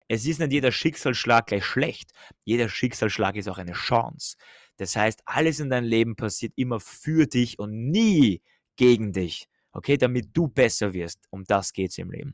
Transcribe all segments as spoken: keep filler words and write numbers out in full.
es ist nicht jeder Schicksalsschlag gleich schlecht. Jeder Schicksalsschlag ist auch eine Chance. Das heißt, alles in deinem Leben passiert immer für dich und nie gegen dich. Okay, damit du besser wirst. Um das geht es im Leben.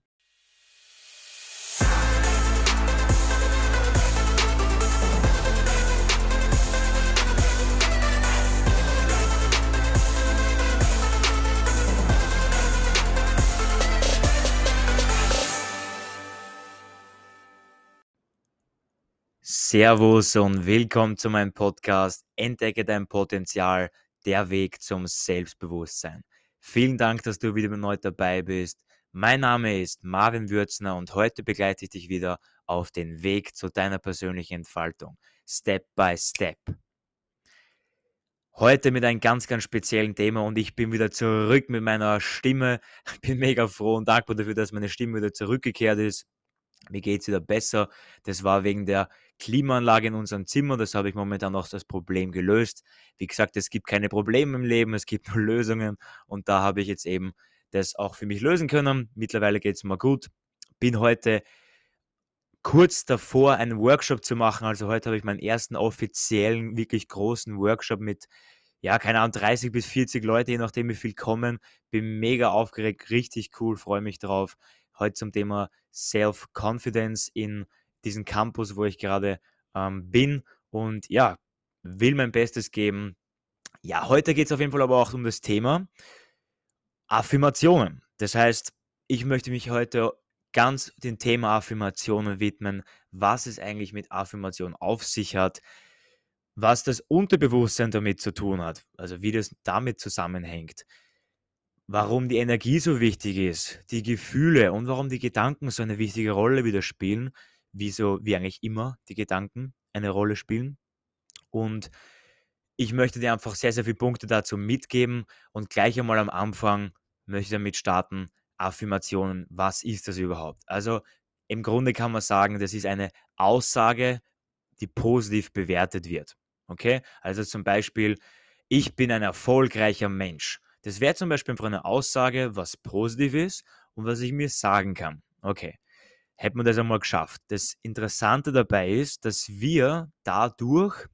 Servus und willkommen zu meinem Podcast Entdecke dein Potenzial, der Weg zum Selbstbewusstsein. Vielen Dank, dass du wieder neu dabei bist. Mein Name ist Marvin Würzner und heute begleite ich dich wieder auf den Weg zu deiner persönlichen Entfaltung. Step by Step. Heute mit einem ganz, ganz speziellen Thema und ich bin wieder zurück mit meiner Stimme. Ich bin mega froh und dankbar dafür, dass meine Stimme wieder zurückgekehrt ist. Mir geht es wieder besser. Das war wegen der Klimaanlage in unserem Zimmer. Das habe ich momentan noch das Problem gelöst. Wie gesagt, es gibt keine Probleme im Leben, es gibt nur Lösungen. Und da habe ich jetzt eben das auch für mich lösen können. Mittlerweile geht es mir gut. Bin heute kurz davor, einen Workshop zu machen. Also heute habe ich meinen ersten offiziellen, wirklich großen Workshop mit, ja, keine Ahnung, dreißig bis vierzig Leute, je nachdem wie viel kommen. Bin mega aufgeregt, richtig cool, freue mich drauf. Heute zum Thema Self-Confidence in diesem Campus, wo ich gerade ähm, bin und ja, will mein Bestes geben. Ja, heute geht es auf jeden Fall aber auch um das Thema Affirmationen. Das heißt, ich möchte mich heute ganz dem Thema Affirmationen widmen, was es eigentlich mit Affirmation auf sich hat, was das Unterbewusstsein damit zu tun hat, also wie das damit zusammenhängt, warum die Energie so wichtig ist, die Gefühle und warum die Gedanken so eine wichtige Rolle wieder spielen, wie so wie eigentlich immer die Gedanken eine Rolle spielen. Und ich möchte dir einfach sehr, sehr viele Punkte dazu mitgeben und gleich einmal am Anfang möchte ich damit starten, Affirmationen, was ist das überhaupt? Also im Grunde kann man sagen, das ist eine Aussage, die positiv bewertet wird. Okay? Also zum Beispiel, ich bin ein erfolgreicher Mensch. Das wäre zum Beispiel einfach eine Aussage, was positiv ist und was ich mir sagen kann. Okay, hätten wir das einmal geschafft. Das Interessante dabei ist, dass wir dadurch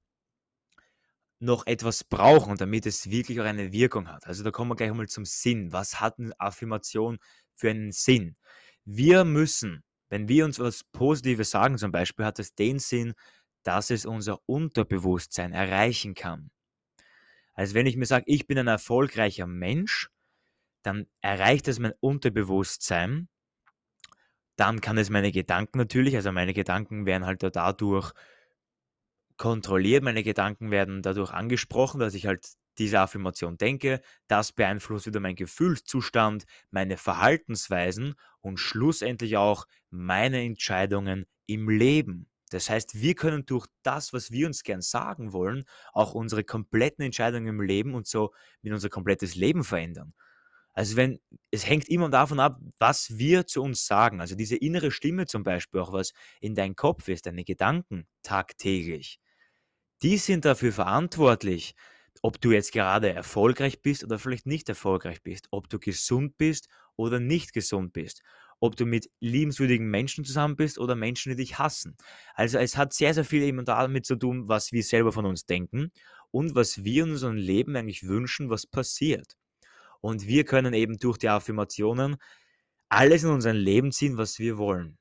noch etwas brauchen, damit es wirklich auch eine Wirkung hat. Also da kommen wir gleich einmal zum Sinn. Was hat eine Affirmation für einen Sinn? Wir müssen, wenn wir uns was Positives sagen zum Beispiel, hat es den Sinn, dass es unser Unterbewusstsein erreichen kann. Also wenn ich mir sage, ich bin ein erfolgreicher Mensch, dann erreicht es mein Unterbewusstsein. Dann kann es meine Gedanken natürlich, also meine Gedanken werden halt dadurch kontrolliert, meine Gedanken werden dadurch angesprochen, dass ich halt diese Affirmation denke. Das beeinflusst wieder meinen Gefühlszustand, meine Verhaltensweisen und schlussendlich auch meine Entscheidungen im Leben. Das heißt, wir können durch das, was wir uns gern sagen wollen, auch unsere kompletten Entscheidungen im Leben und so mit unser komplettes Leben verändern. Also wenn, es hängt immer davon ab, was wir zu uns sagen. Also diese innere Stimme zum Beispiel, auch was in deinem Kopf ist, deine Gedanken tagtäglich. Die sind dafür verantwortlich, ob du jetzt gerade erfolgreich bist oder vielleicht nicht erfolgreich bist, ob du gesund bist oder nicht gesund bist, ob du mit liebenswürdigen Menschen zusammen bist oder Menschen, die dich hassen. Also es hat sehr, sehr viel eben damit zu tun, was wir selber von uns denken und was wir in unserem Leben eigentlich wünschen, was passiert. Und wir können eben durch die Affirmationen alles in unser Leben ziehen, was wir wollen.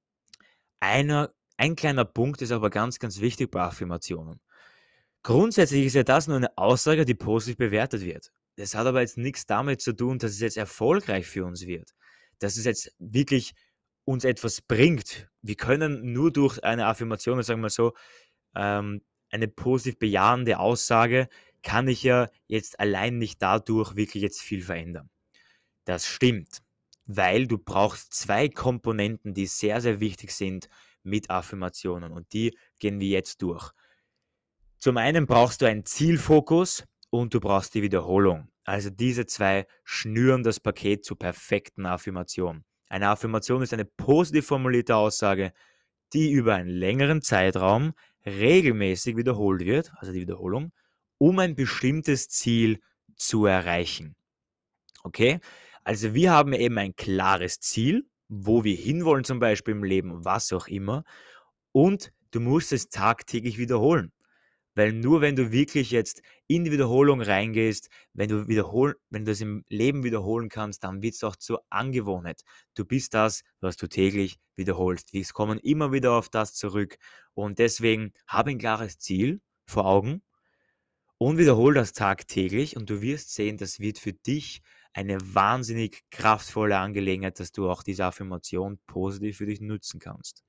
Einer, ein kleiner Punkt ist aber ganz, ganz wichtig bei Affirmationen. Grundsätzlich ist ja das nur eine Aussage, die positiv bewertet wird. Das hat aber jetzt nichts damit zu tun, dass es jetzt erfolgreich für uns wird. Dass es jetzt wirklich uns etwas bringt. Wir können nur durch eine Affirmation, sagen wir so, ähm, eine positiv bejahende Aussage, kann ich ja jetzt allein nicht dadurch wirklich jetzt viel verändern. Das stimmt, weil du brauchst zwei Komponenten, die sehr, sehr wichtig sind mit Affirmationen und die gehen wir jetzt durch. Zum einen brauchst du einen Zielfokus und du brauchst die Wiederholung. Also diese zwei schnüren das Paket zur perfekten Affirmation. Eine Affirmation ist eine positiv formulierte Aussage, die über einen längeren Zeitraum regelmäßig wiederholt wird, also die Wiederholung, um ein bestimmtes Ziel zu erreichen. Okay? Also wir haben eben ein klares Ziel, wo wir hinwollen zum Beispiel im Leben, was auch immer. Und du musst es tagtäglich wiederholen. Weil nur wenn du wirklich jetzt in die Wiederholung reingehst, wenn du wiederhol wenn du das im Leben wiederholen kannst, dann wird es auch zur Angewohnheit. Du bist das, was du täglich wiederholst. Wir kommen immer wieder auf das zurück und deswegen habe ein klares Ziel vor Augen und wiederhole das tagtäglich und du wirst sehen, das wird für dich eine wahnsinnig kraftvolle Angelegenheit, dass du auch diese Affirmation positiv für dich nutzen kannst.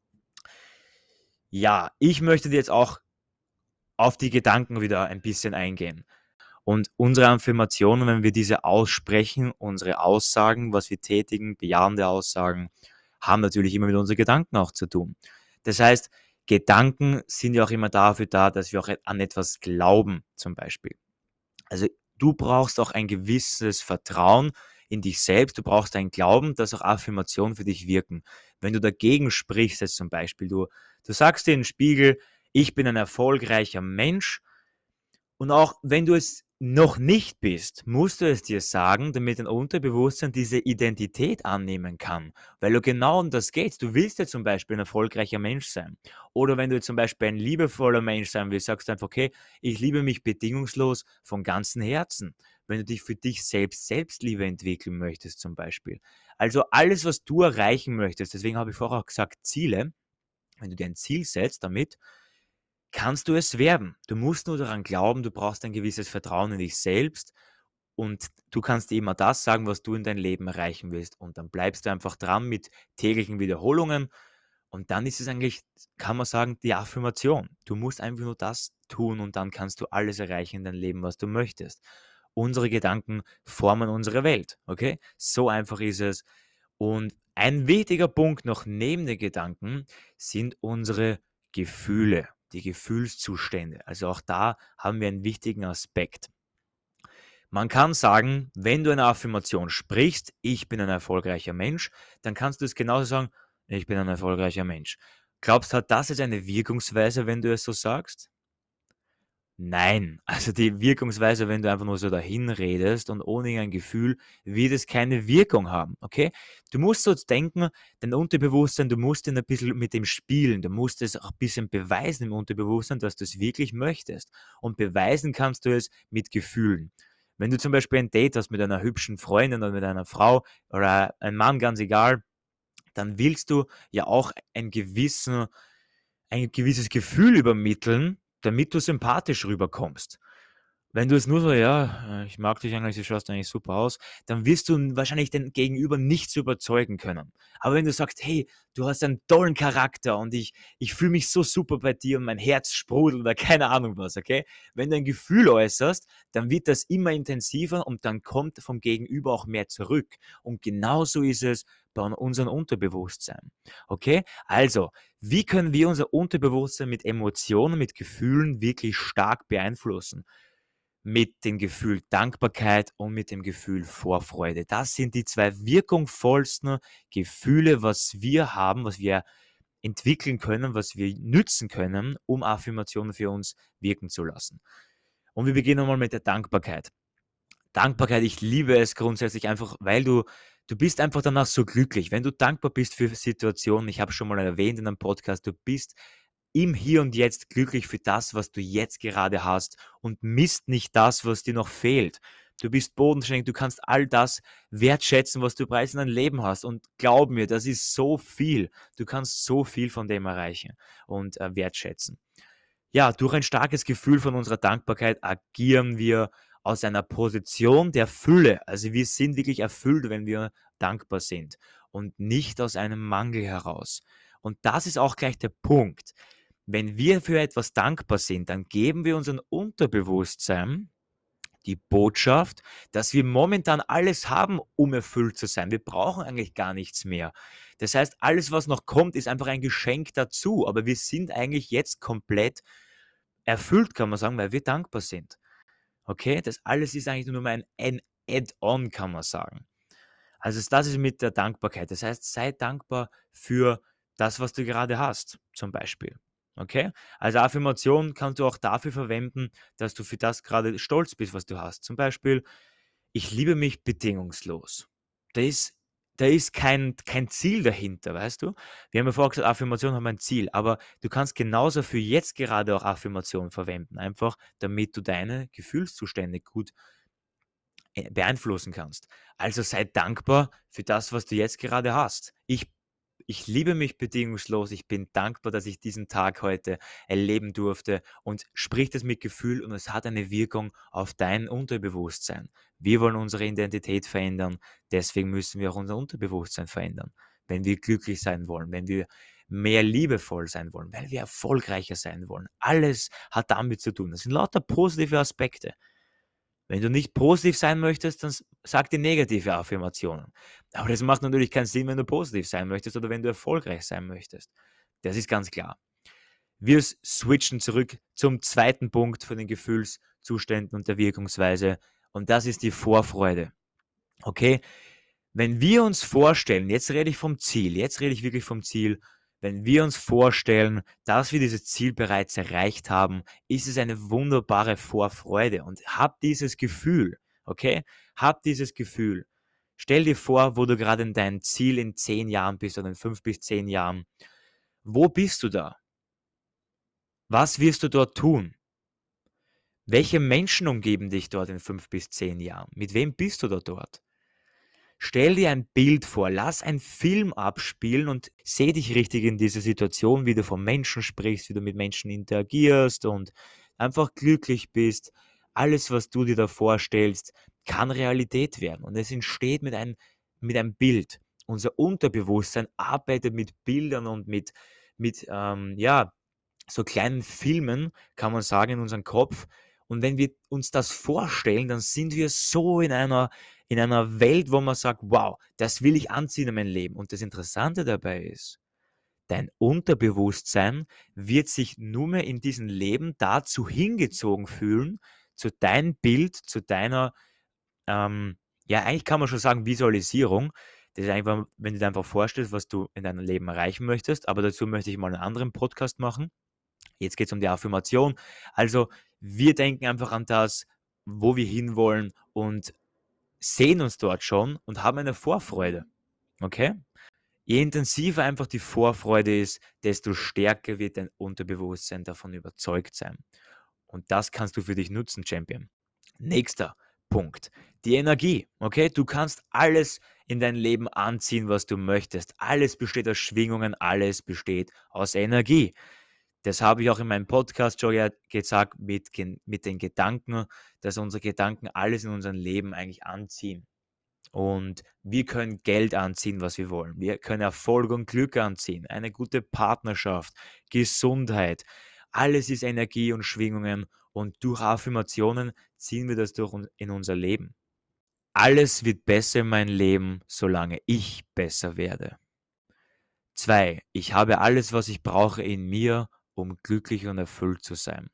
Ja, ich möchte dir jetzt auch auf die Gedanken wieder ein bisschen eingehen. Und unsere Affirmationen, wenn wir diese aussprechen, unsere Aussagen, was wir tätigen, bejahende Aussagen, haben natürlich immer mit unseren Gedanken auch zu tun. Das heißt, Gedanken sind ja auch immer dafür da, dass wir auch an etwas glauben, zum Beispiel. Also du brauchst auch ein gewisses Vertrauen in dich selbst, du brauchst einen Glauben, dass auch Affirmationen für dich wirken. Wenn du dagegen sprichst, jetzt zum Beispiel, du, du sagst dir in den Spiegel, ich bin ein erfolgreicher Mensch, und auch wenn du es noch nicht bist, musst du es dir sagen, damit dein Unterbewusstsein diese Identität annehmen kann. Weil du genau um das geht. Du willst ja zum Beispiel ein erfolgreicher Mensch sein. Oder wenn du zum Beispiel ein liebevoller Mensch sein willst, sagst du einfach, okay, ich liebe mich bedingungslos von ganzem Herzen. Wenn du dich für dich selbst Selbstliebe entwickeln möchtest zum Beispiel. Also alles, was du erreichen möchtest, deswegen habe ich vorher auch gesagt, Ziele, wenn du dir ein Ziel setzt damit, kannst du es werden. Du musst nur daran glauben, du brauchst ein gewisses Vertrauen in dich selbst und du kannst dir immer das sagen, was du in dein Leben erreichen willst. Und dann bleibst du einfach dran mit täglichen Wiederholungen und dann ist es eigentlich, kann man sagen, die Affirmation. Du musst einfach nur das tun und dann kannst du alles erreichen in deinem Leben, was du möchtest. Unsere Gedanken formen unsere Welt, okay? So einfach ist es. Und ein wichtiger Punkt noch neben den Gedanken sind unsere Gefühle, die Gefühlszustände. Also auch da haben wir einen wichtigen Aspekt. Man kann sagen, wenn du eine Affirmation sprichst, ich bin ein erfolgreicher Mensch, dann kannst du es genauso sagen, ich bin ein erfolgreicher Mensch. Glaubst du, hat das jetzt eine Wirkungsweise, wenn du es so sagst? Nein, also die Wirkungsweise, wenn du einfach nur so dahin redest und ohne irgendein Gefühl, wird es keine Wirkung haben, okay? Du musst so denken, dein Unterbewusstsein, du musst ihn ein bisschen mit dem spielen, du musst es auch ein bisschen beweisen im Unterbewusstsein, dass du es wirklich möchtest. Und beweisen kannst du es mit Gefühlen. Wenn du zum Beispiel ein Date hast mit einer hübschen Freundin oder mit einer Frau oder einem Mann, ganz egal, dann willst du ja auch ein gewissen ein gewisses Gefühl übermitteln, damit du sympathisch rüberkommst. Wenn du es nur so: „Ja, äh, ich mag dich eigentlich, du schaust eigentlich super aus“, dann wirst du n wahrscheinlich den Gegenüber nicht so überzeugen können. Aber wenn du sagst: „Hey, du hast einen tollen Charakter und ich ich fühle mich so super bei dir und mein Herz sprudelt“ oder keine Ahnung was, okay? Wenn du ein Gefühl äußerst, dann wird das immer intensiver und dann kommt vom Gegenüber auch mehr zurück. Und genauso ist es bei unserem Unterbewusstsein, okay? Also, wie können wir unser Unterbewusstsein mit Emotionen, mit Gefühlen wirklich stark beeinflussen? Mit dem Gefühl Dankbarkeit und mit dem Gefühl Vorfreude. Das sind die zwei wirkungsvollsten Gefühle, was wir haben, was wir entwickeln können, was wir nützen können, um Affirmationen für uns wirken zu lassen. Und wir beginnen mal mit der Dankbarkeit. Dankbarkeit, ich liebe es grundsätzlich einfach, weil du du bist einfach danach so glücklich. Wenn du dankbar bist für Situationen, ich habe schon mal erwähnt in einem Podcast, du bist im Hier und Jetzt glücklich für das, was du jetzt gerade hast und misst nicht das, was dir noch fehlt. Du bist bodenständig, du kannst all das wertschätzen, was du bereits in deinem Leben hast. Und glaub mir, das ist so viel. Du kannst so viel von dem erreichen und äh, wertschätzen. Ja, durch ein starkes Gefühl von unserer Dankbarkeit agieren wir aus einer Position der Fülle. Also wir sind wirklich erfüllt, wenn wir dankbar sind und nicht aus einem Mangel heraus. Und das ist auch gleich der Punkt. Wenn wir für etwas dankbar sind, dann geben wir unserem Unterbewusstsein die Botschaft, dass wir momentan alles haben, um erfüllt zu sein. Wir brauchen eigentlich gar nichts mehr. Das heißt, alles, was noch kommt, ist einfach ein Geschenk dazu. Aber wir sind eigentlich jetzt komplett erfüllt, kann man sagen, weil wir dankbar sind. Okay? Das alles ist eigentlich nur mal ein, ein Add-on, kann man sagen. Also das ist mit der Dankbarkeit. Das heißt, sei dankbar für das, was du gerade hast, zum Beispiel. Okay? Also Affirmation kannst du auch dafür verwenden, dass du für das gerade stolz bist, was du hast. Zum Beispiel, ich liebe mich bedingungslos. Das da ist kein kein Ziel dahinter, weißt du? Wir haben ja vorher gesagt, Affirmationen haben ein Ziel, aber du kannst genauso für jetzt gerade auch Affirmationen verwenden, einfach damit du deine Gefühlszustände gut, äh, beeinflussen kannst. Also sei dankbar für das, was du jetzt gerade hast. Ich ich liebe mich bedingungslos. Ich bin dankbar, dass ich diesen Tag heute erleben durfte, und sprich das mit Gefühl, und es hat eine Wirkung auf dein Unterbewusstsein. Wir wollen unsere Identität verändern, deswegen müssen wir auch unser Unterbewusstsein verändern. Wenn wir glücklich sein wollen, wenn wir mehr liebevoll sein wollen, weil wir erfolgreicher sein wollen. Alles hat damit zu tun. Das sind lauter positive Aspekte. Wenn du nicht positiv sein möchtest, dann s sag dir negative Affirmationen. Aber das macht natürlich keinen Sinn, wenn du positiv sein möchtest oder wenn du erfolgreich sein möchtest. Das ist ganz klar. Wir s switchen zurück zum zweiten Punkt von den Gefühlszuständen und der Wirkungsweise, und das ist die Vorfreude. Okay? Wenn wir uns vorstellen, jetzt rede ich vom Ziel, jetzt rede ich wirklich vom Ziel. Wenn wir uns vorstellen, dass wir dieses Ziel bereits erreicht haben, ist es eine wunderbare Vorfreude, und hab dieses Gefühl, okay? Hab dieses Gefühl. Stell dir vor, wo du gerade in deinem Ziel in zehn Jahren bist oder in fünf bis zehn Jahren. Wo bist du da? Was wirst du dort tun? Welche Menschen umgeben dich dort in fünf bis zehn Jahren? Mit wem bist du da dort? Stell dir ein Bild vor, lass einen Film abspielen und seh dich richtig in dieser Situation, wie du von Menschen sprichst, wie du mit Menschen interagierst und einfach glücklich bist. Alles, was du dir da vorstellst, kann Realität werden, und es entsteht mit einem mit einem Bild. Unser Unterbewusstsein arbeitet mit Bildern und mit mit, ähm, ja, so kleinen Filmen, kann man sagen, in unserem Kopf. Und wenn wir uns das vorstellen, dann sind wir so in einer in einer Welt, wo man sagt: „Wow, das will ich anziehen in mein Leben.“ Und das Interessante dabei ist, dein Unterbewusstsein wird sich nur mehr in diesem Leben dazu hingezogen fühlen, zu deinem Bild, zu deiner, ähm, ja, eigentlich kann man schon sagen, Visualisierung. Das ist einfach, wenn du dir einfach vorstellst, was du in deinem Leben erreichen möchtest, aber dazu möchte ich mal einen anderen Podcast machen. Jetzt geht es um die Affirmation. Also, wir denken einfach an das, wo wir hinwollen, und sehen uns dort schon und haben eine Vorfreude, okay? Je intensiver einfach die Vorfreude ist, desto stärker wird dein Unterbewusstsein davon überzeugt sein. Und das kannst du für dich nutzen, Champion. Nächster Punkt, die Energie, okay? Du kannst alles in dein Leben anziehen, was du möchtest. Alles besteht aus Schwingungen, alles besteht aus Energie. Das habe ich auch in meinem Podcast schon ja gesagt mit gen mit den Gedanken, dass unsere Gedanken alles in unserem Leben eigentlich anziehen. Und wir können Geld anziehen, was wir wollen. Wir können Erfolg und Glück anziehen, eine gute Partnerschaft, Gesundheit. Alles ist Energie und Schwingungen, und durch Affirmationen ziehen wir das durch un in unser Leben. Alles wird besser in meinem Leben, solange ich besser werde. zwei. Ich habe alles, was ich brauche in mir, um glücklich und erfüllt zu sein.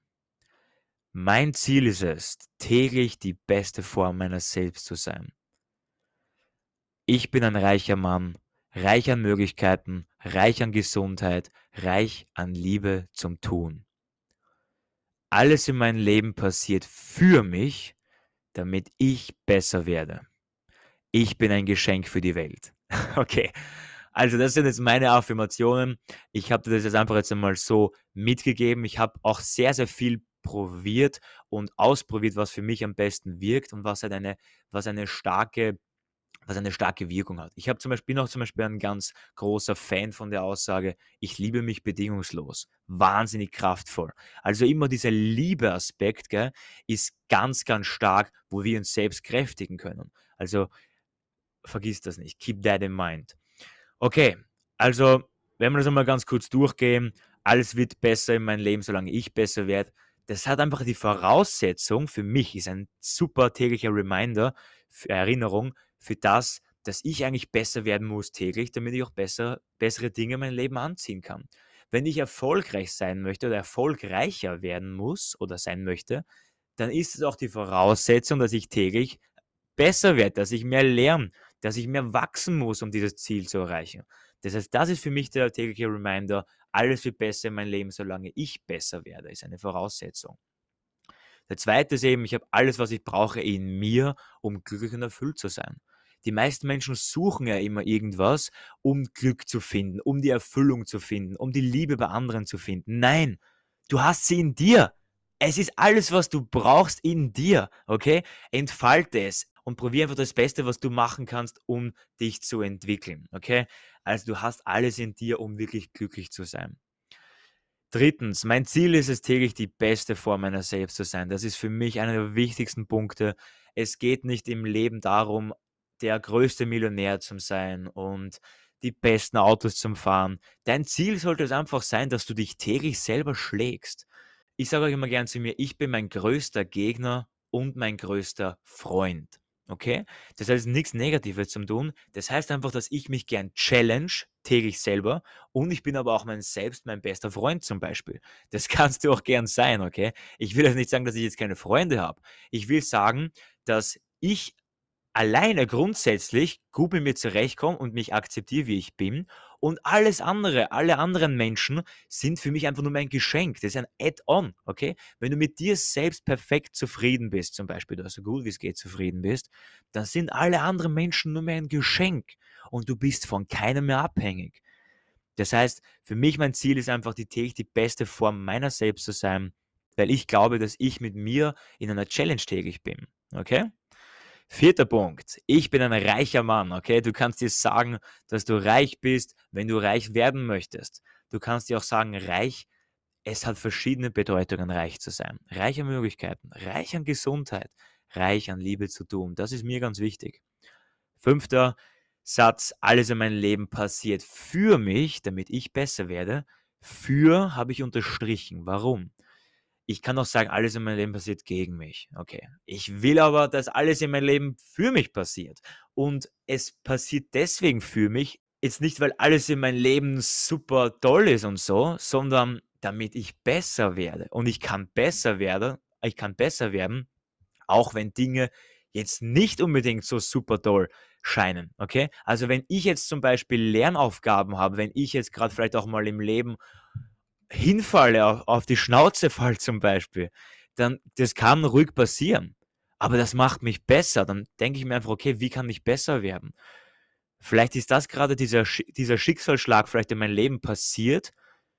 Mein Ziel ist es, täglich die beste Form meiner selbst zu sein. Ich bin ein reicher Mann, reich an Möglichkeiten, reich an Gesundheit, reich an Liebe zum Tun. Alles in meinem Leben passiert für mich, damit ich besser werde. Ich bin ein Geschenk für die Welt. Okay, also das sind jetzt meine Affirmationen. Ich habe dir das jetzt einfach jetzt einmal so mitgegeben. Ich habe auch sehr, sehr viel probiert und ausprobiert, was für mich am besten wirkt und was halt eine was eine starke was eine starke Wirkung hat. Ich habe zum Beispiel bin auch zum Beispiel ein ganz großer Fan von der Aussage: „Ich liebe mich bedingungslos.“ Wahnsinnig kraftvoll. Also immer dieser Liebe-Aspekt, gell, ist ganz, ganz stark, wo wir uns selbst kräftigen können. Also, vergiss das nicht. Keep that in mind. Okay, also, wenn wir das einmal ganz kurz durchgehen, alles wird besser in meinem Leben, solange ich besser werde. Das hat einfach die Voraussetzung für mich ist ein super täglicher Reminder, für Erinnerung für das, dass ich eigentlich besser werden muss täglich, damit ich auch besser bessere Dinge in mein Leben anziehen kann. Wenn ich erfolgreich sein möchte oder erfolgreicher werden muss oder sein möchte, dann ist es auch die Voraussetzung, dass ich täglich besser werde, dass ich mehr lerne, dass ich mehr wachsen muss, um dieses Ziel zu erreichen. Das heißt, das ist für mich der tägliche Reminder, alles wird besser in meinem Leben, solange ich besser werde, ist eine Voraussetzung. Der zweite ist eben, ich habe alles, was ich brauche in mir, um glücklich und erfüllt zu sein. Die meisten Menschen suchen ja immer irgendwas, um Glück zu finden, um die Erfüllung zu finden, um die Liebe bei anderen zu finden. Nein, du hast sie in dir. Es ist alles, was du brauchst, in dir, okay? Entfalte es und probier einfach das Beste, was du machen kannst, um dich zu entwickeln, okay? Also du hast alles in dir, um wirklich glücklich zu sein. Drittens, mein Ziel ist es, täglich die beste Form meiner selbst zu sein. Das ist für mich einer der wichtigsten Punkte. Es geht nicht im Leben darum, der größte Millionär zu sein und die besten Autos zu fahren. Dein Ziel sollte es einfach sein, dass du dich täglich selber schlägst. Ich sage auch immer gern zu mir, ich bin mein größter Gegner und mein größter Freund. Okay? Das heißt nichts Negatives zum tun. Das heißt einfach, dass ich mich gern challenge, täglich selber, und ich bin aber auch mein selbst mein bester Freund zum Beispiel. Das kannst du auch gern sein, okay? Ich will jetzt nicht sagen, dass ich jetzt keine Freunde habe. Ich will sagen, dass ich alleine grundsätzlich gut mit mir zurechtkomme und mich akzeptiere, wie ich bin. Und alles andere, alle anderen Menschen sind für mich einfach nur mein Geschenk. Das ist ein Add-on, okay? Wenn du mit dir selbst perfekt zufrieden bist, zum Beispiel, oder so gut wie es geht zufrieden bist, dann sind alle anderen Menschen nur mehr ein Geschenk und du bist von keinem mehr abhängig. Das heißt, für mich mein Ziel ist einfach, die täglich die beste Form meiner selbst zu sein, weil ich glaube, dass ich mit mir in einer Challenge täglich bin, okay? Vierter Punkt. Ich bin ein reicher Mann, okay? Du kannst dir sagen, dass du reich bist, wenn du reich werden möchtest. Du kannst dir auch sagen, reich, es hat verschiedene Bedeutungen, reich zu sein. Reich an Möglichkeiten, reich an Gesundheit, reich an Liebe zu tun. Das ist mir ganz wichtig. Fünfter Satz. Alles in meinem Leben passiert für mich, damit ich besser werde. Für habe ich unterstrichen. Warum? Ich kann auch sagen, alles in meinem Leben passiert gegen mich. Okay. Ich will aber, dass alles in meinem Leben für mich passiert. Und es passiert deswegen für mich, jetzt nicht, weil alles in meinem Leben super toll ist und so, sondern damit ich besser werde. Und ich kann besser werden, ich kann besser werden, auch wenn Dinge jetzt nicht unbedingt so super toll scheinen. Okay? Also wenn ich jetzt zum Beispiel Lernaufgaben habe, wenn ich jetzt gerade vielleicht auch mal im Leben hinfalle, auf, auf die Schnauze fall zum Beispiel, dann das kann ruhig passieren. Aber das macht mich besser. Dann denke ich mir einfach, okay, wie kann ich besser werden? Vielleicht ist das gerade dieser, Schi- dieser Schicksalsschlag vielleicht in meinem Leben passiert,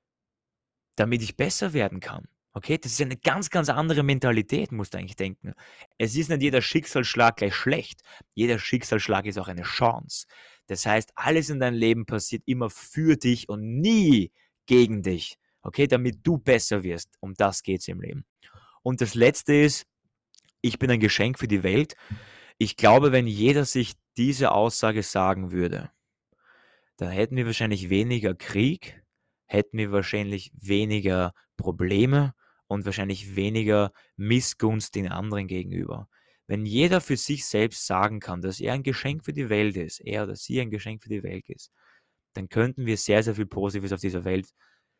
damit ich besser werden kann. Okay, das ist eine ganz, ganz andere Mentalität, musst du eigentlich denken. Es ist nicht jeder Schicksalsschlag gleich schlecht. Jeder Schicksalsschlag ist auch eine Chance. Das heißt, alles in deinem Leben passiert immer für dich und nie gegen dich. Okay, damit du besser wirst. Um das geht es im Leben. Und das Letzte ist, ich bin ein Geschenk für die Welt. Ich glaube, wenn jeder sich diese Aussage sagen würde, dann hätten wir wahrscheinlich weniger Krieg, hätten wir wahrscheinlich weniger Probleme und wahrscheinlich weniger Missgunst den anderen gegenüber. Wenn jeder für sich selbst sagen kann, dass er ein Geschenk für die Welt ist, er oder sie ein Geschenk für die Welt ist, dann könnten wir sehr, sehr viel Positives auf dieser Welt,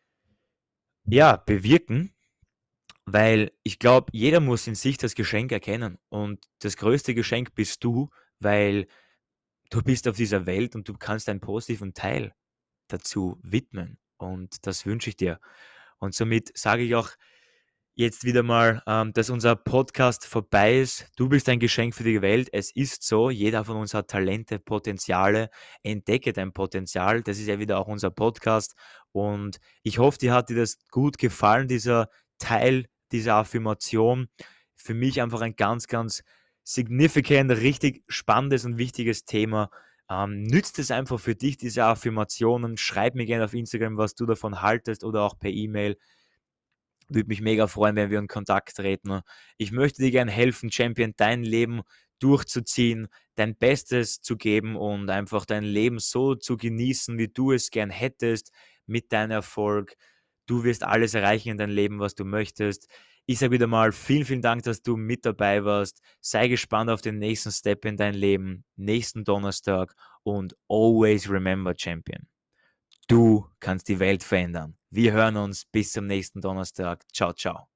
ja, bewirken, weil ich glaube, jeder muss in sich das Geschenk erkennen. Und das größte Geschenk bist du, weil du bist auf dieser Welt und du kannst einen positiven Teil dazu widmen. Und das wünsche ich dir. Und somit sage ich auch jetzt wieder mal, ähm, dass unser Podcast vorbei ist. Du bist ein Geschenk für die Welt. Es ist so, jeder von uns hat Talente, Potenziale. Entdecke dein Potenzial. Das ist ja wieder auch unser Podcast. Und ich hoffe, dir hat dir das gut gefallen, dieser Teil dieser Affirmation. Für mich einfach ein ganz, ganz significant, richtig spannendes und wichtiges Thema. Ähm, nützt es einfach für dich, diese Affirmationen. Schreib mir gerne auf Instagram, was du davon haltest, oder auch per E-Mail. Würde mich mega freuen, wenn wir in Kontakt treten. Ich möchte dir gerne helfen, Champion, dein Leben durchzuziehen, dein Bestes zu geben und einfach dein Leben so zu genießen, wie du es gern hättest, mit deinem Erfolg. Du wirst alles erreichen in deinem Leben, was du möchtest. Ich sage wieder mal, vielen, vielen Dank, dass du mit dabei warst. Sei gespannt auf den nächsten Step in dein Leben, nächsten Donnerstag, und always remember, Champion. Du kannst die Welt verändern. Wir hören uns bis zum nächsten Donnerstag. Ciao, ciao.